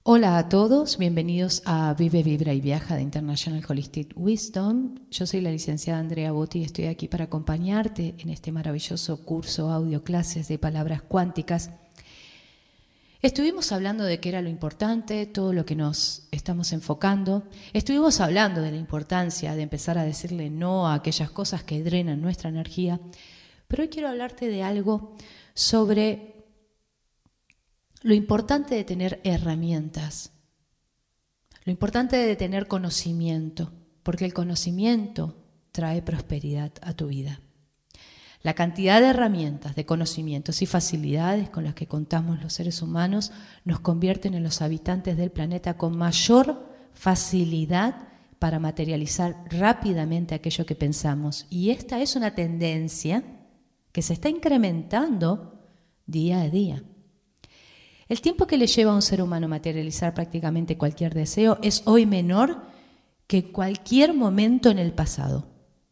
Hola a todos, bienvenidos a Vive, Vibra y Viaja de International Holistic Wisdom. Yo soy la licenciada Andrea Botti y estoy aquí para acompañarte en este maravilloso curso audio clases de palabras cuánticas. Estuvimos hablando de qué era lo importante, todo lo que nos estamos enfocando. Estuvimos hablando de la importancia de empezar a decirle no a aquellas cosas que drenan nuestra energía. Pero hoy quiero hablarte de algo sobre lo importante de tener herramientas, lo importante de tener conocimiento, porque el conocimiento trae prosperidad a tu vida. La cantidad de herramientas, de conocimientos y facilidades con las que contamos los seres humanos nos convierten en los habitantes del planeta con mayor facilidad para materializar rápidamente aquello que pensamos. Y esta es una tendencia que se está incrementando día a día. El tiempo que le lleva a un ser humano materializar prácticamente cualquier deseo es hoy menor que cualquier momento en el pasado.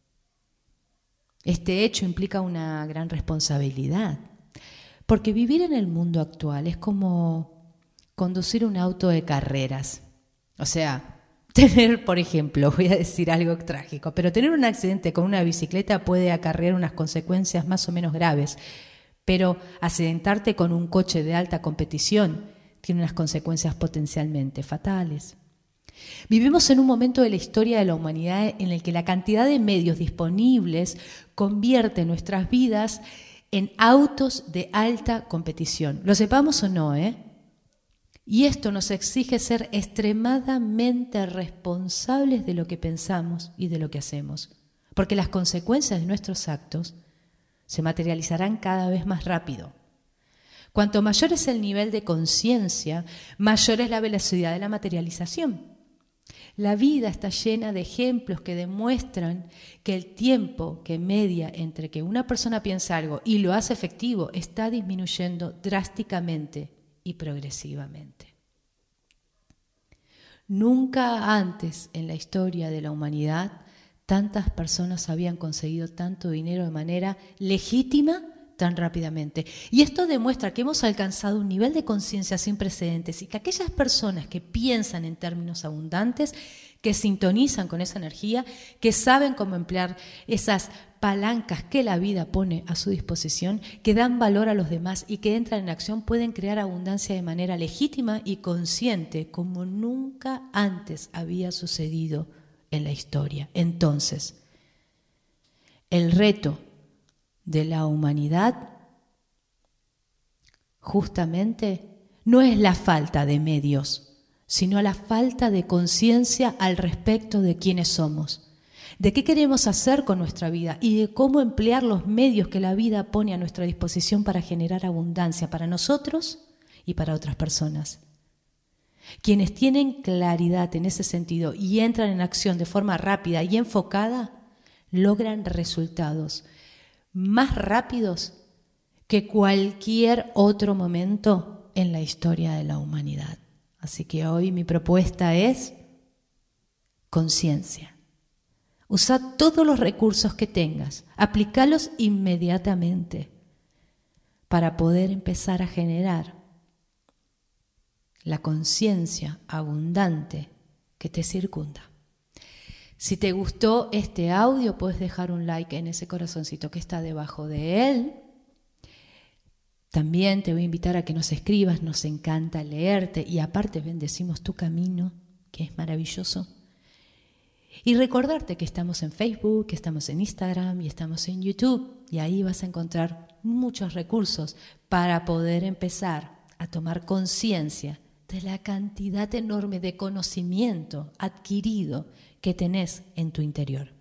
Este hecho implica una gran responsabilidad, porque vivir en el mundo actual es como conducir un auto de carreras. O sea, tener, por ejemplo, voy a decir algo trágico, pero tener un accidente con una bicicleta puede acarrear unas consecuencias más o menos graves. Pero accidentarte con un coche de alta competición tiene unas consecuencias potencialmente fatales. Vivimos en un momento de la historia de la humanidad en el que la cantidad de medios disponibles convierte nuestras vidas en autos de alta competición. Lo sepamos o no, Y esto nos exige ser extremadamente responsables de lo que pensamos y de lo que hacemos, porque las consecuencias de nuestros actos se materializarán cada vez más rápido. Cuanto mayor es el nivel de conciencia, mayor es la velocidad de la materialización. La vida está llena de ejemplos que demuestran que el tiempo que media entre que una persona piensa algo y lo hace efectivo está disminuyendo drásticamente y progresivamente. Nunca antes en la historia de la humanidad tantas personas habían conseguido tanto dinero de manera legítima tan rápidamente. Y esto demuestra que hemos alcanzado un nivel de conciencia sin precedentes y que aquellas personas que piensan en términos abundantes, que sintonizan con esa energía, que saben cómo emplear esas palancas que la vida pone a su disposición, que dan valor a los demás y que entran en acción, pueden crear abundancia de manera legítima y consciente como nunca antes había sucedido en la historia. Entonces, el reto de la humanidad justamente no es la falta de medios, sino la falta de conciencia al respecto de quiénes somos, de qué queremos hacer con nuestra vida y de cómo emplear los medios que la vida pone a nuestra disposición para generar abundancia para nosotros y para otras personas. Quienes tienen claridad en ese sentido y entran en acción de forma rápida y enfocada, logran resultados más rápidos que cualquier otro momento en la historia de la humanidad. Así que hoy mi propuesta es conciencia. Usa todos los recursos que tengas, aplícalos inmediatamente para poder empezar a generar la conciencia abundante que te circunda. Si te gustó este audio, puedes dejar un like en ese corazoncito que está debajo de él. También te voy a invitar a que nos escribas, nos encanta leerte y aparte bendecimos tu camino, que es maravilloso. Y recordarte que estamos en Facebook, que estamos en Instagram y estamos en YouTube y ahí vas a encontrar muchos recursos para poder empezar a tomar conciencia de la cantidad enorme de conocimiento adquirido que tenés en tu interior.